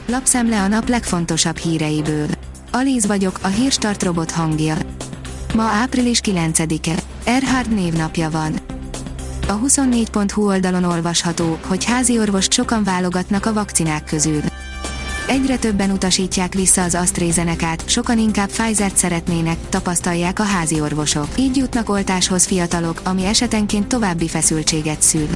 Lapszemle a nap legfontosabb híreiből. Alíz vagyok, a Hírstart robot hangja. Ma április 9-e. Erhard névnapja van. A 24.hu oldalon olvasható, hogy házi orvost sokan válogatnak a vakcinák közül. Egyre többen utasítják vissza az AstraZenecát, sokan inkább Pfizert szeretnének, tapasztalják a házi orvosok. Így jutnak oltáshoz fiatalok, ami esetenként további feszültséget szül.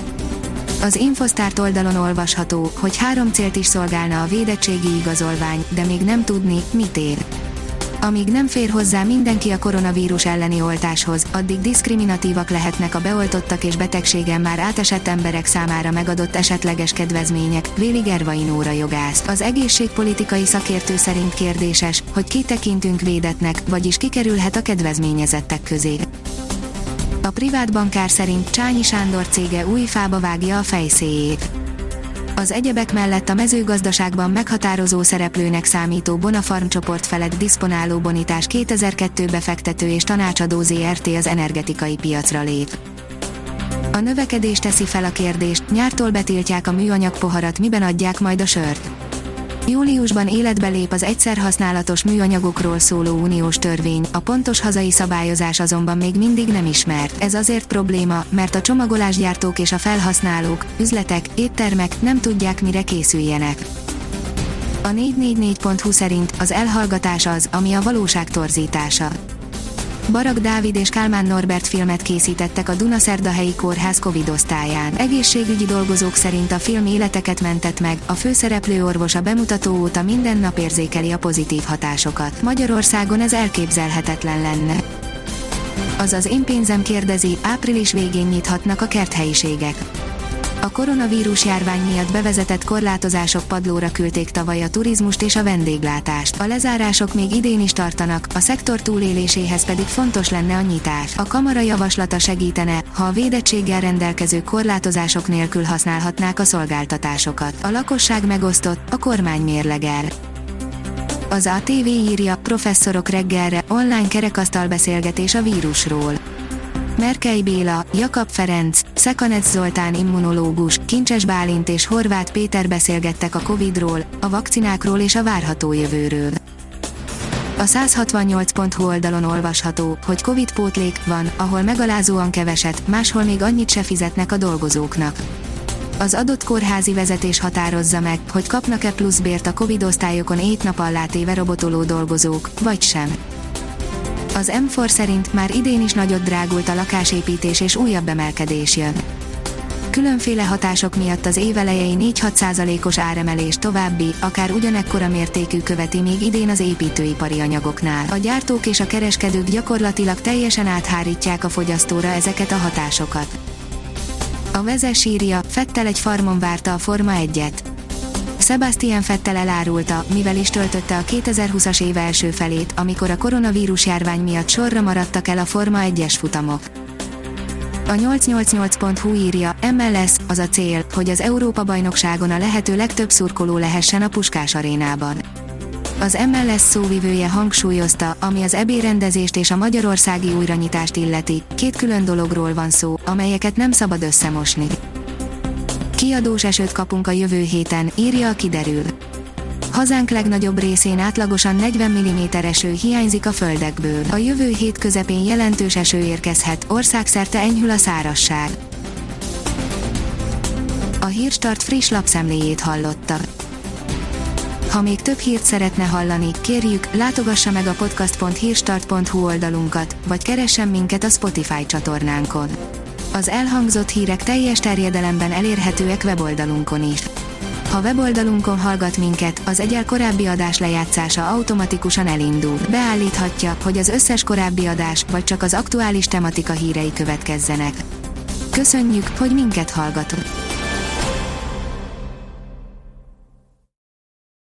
Az Infosztárt oldalon olvasható, hogy 3 célt is szolgálna a védettségi igazolvány, de még nem tudni, mit ér. Amíg nem fér hozzá mindenki a koronavírus elleni oltáshoz, addig diszkriminatívak lehetnek a beoltottak és betegségen már átesett emberek számára megadott esetleges kedvezmények, véli Gervai Nóra jogász. Az egészségpolitikai szakértő szerint kérdéses, hogy ki tekintünk védettnek, vagyis kikerülhet a kedvezményezettek közé. A privát bankár szerint Csányi Sándor cége új fába vágja a fejszéjét. Az egyebek mellett a mezőgazdaságban meghatározó szereplőnek számító Bonafarm csoport felett diszponáló Bonitás 2002 befektető és tanácsadó Zrt. Az energetikai piacra lép. A növekedés teszi fel a kérdést, nyártól betiltják a műanyag poharat, miben adják majd a sört. Júliusban életbe lép az egyszerhasználatos műanyagokról szóló uniós törvény, a pontos hazai szabályozás azonban még mindig nem ismert. Ez azért probléma, mert a csomagolásgyártók és a felhasználók, üzletek, éttermek nem tudják, mire készüljenek. A 444.hu szerint az elhallgatás az, ami a valóság torzítása. Barak Dávid és Kálmán Norbert filmet készítettek a Dunaszerdahelyi Kórház Covid osztályán. Egészségügyi dolgozók szerint a film életeket mentett meg, a főszereplő orvos a bemutató óta minden nap érzékeli a pozitív hatásokat. Magyarországon ez elképzelhetetlen lenne. Azaz Én pénzem kérdezi, április végén nyithatnak a kerthelyiségek. A koronavírus járvány miatt bevezetett korlátozások padlóra küldték tavaly a turizmust és a vendéglátást. A lezárások még idén is tartanak, a szektor túléléséhez pedig fontos lenne a nyitás. A kamara javaslata segítene, ha a védettséggel rendelkezők korlátozások nélkül használhatnák a szolgáltatásokat. A lakosság megosztott, a kormány mérlegel. Az ATV írja, professzorok reggelre, online kerekasztalbeszélgetés a vírusról. Merkely Béla, Jakab Ferenc, Szekanec Zoltán immunológus, Kincses Bálint és Horváth Péter beszélgettek a Covid-ról, a vakcinákról és a várható jövőről. A 168.hu oldalon olvasható, hogy Covid pótlék van, ahol megalázóan keveset, máshol még annyit se fizetnek a dolgozóknak. Az adott kórházi vezetés határozza meg, hogy kapnak-e plusz bért a Covid osztályokon 7 nap allátéve robotoló dolgozók, vagy sem. Az M4 szerint már idén is nagyot drágult a lakásépítés és újabb emelkedés jön. Különféle hatások miatt az év elejei 4-6%-os áremelés további, akár ugyanekkora mértékű követi még idén az építőipari anyagoknál. A gyártók és a kereskedők gyakorlatilag teljesen áthárítják a fogyasztóra ezeket a hatásokat. A Vezes írja, Vettel egy farmon várta a Forma 1-et. Sebastian Vettel elárulta, mivel is töltötte a 2020-as év első felét, amikor a koronavírus járvány miatt sorra maradtak el a Forma 1-es futamok. A 888.hu írja, MLS, az a cél, hogy az Európa-bajnokságon a lehető legtöbb szurkoló lehessen a Puskás arénában. Az MLS szóvivője hangsúlyozta, ami az EB rendezést és a magyarországi újranyitást illeti, 2 külön dologról van szó, amelyeket nem szabad összemosni. Kiadós esőt kapunk a jövő héten, írja a Kiderül. Hazánk legnagyobb részén átlagosan 40 mm eső hiányzik a földekből. A jövő hét közepén jelentős eső érkezhet, országszerte enyhül a szárazság. A Hírstart friss lapszemléjét hallotta. Ha még több hírt szeretne hallani, kérjük, látogassa meg a podcast.hírstart.hu oldalunkat, vagy keressen minket a Spotify csatornánkon. Az elhangzott hírek teljes terjedelemben elérhetőek weboldalunkon is. Ha weboldalunkon hallgat minket, az egyel korábbi adás lejátszása automatikusan elindul. Beállíthatja, hogy az összes korábbi adás, vagy csak az aktuális tematika hírei következzenek. Köszönjük, hogy minket hallgatott!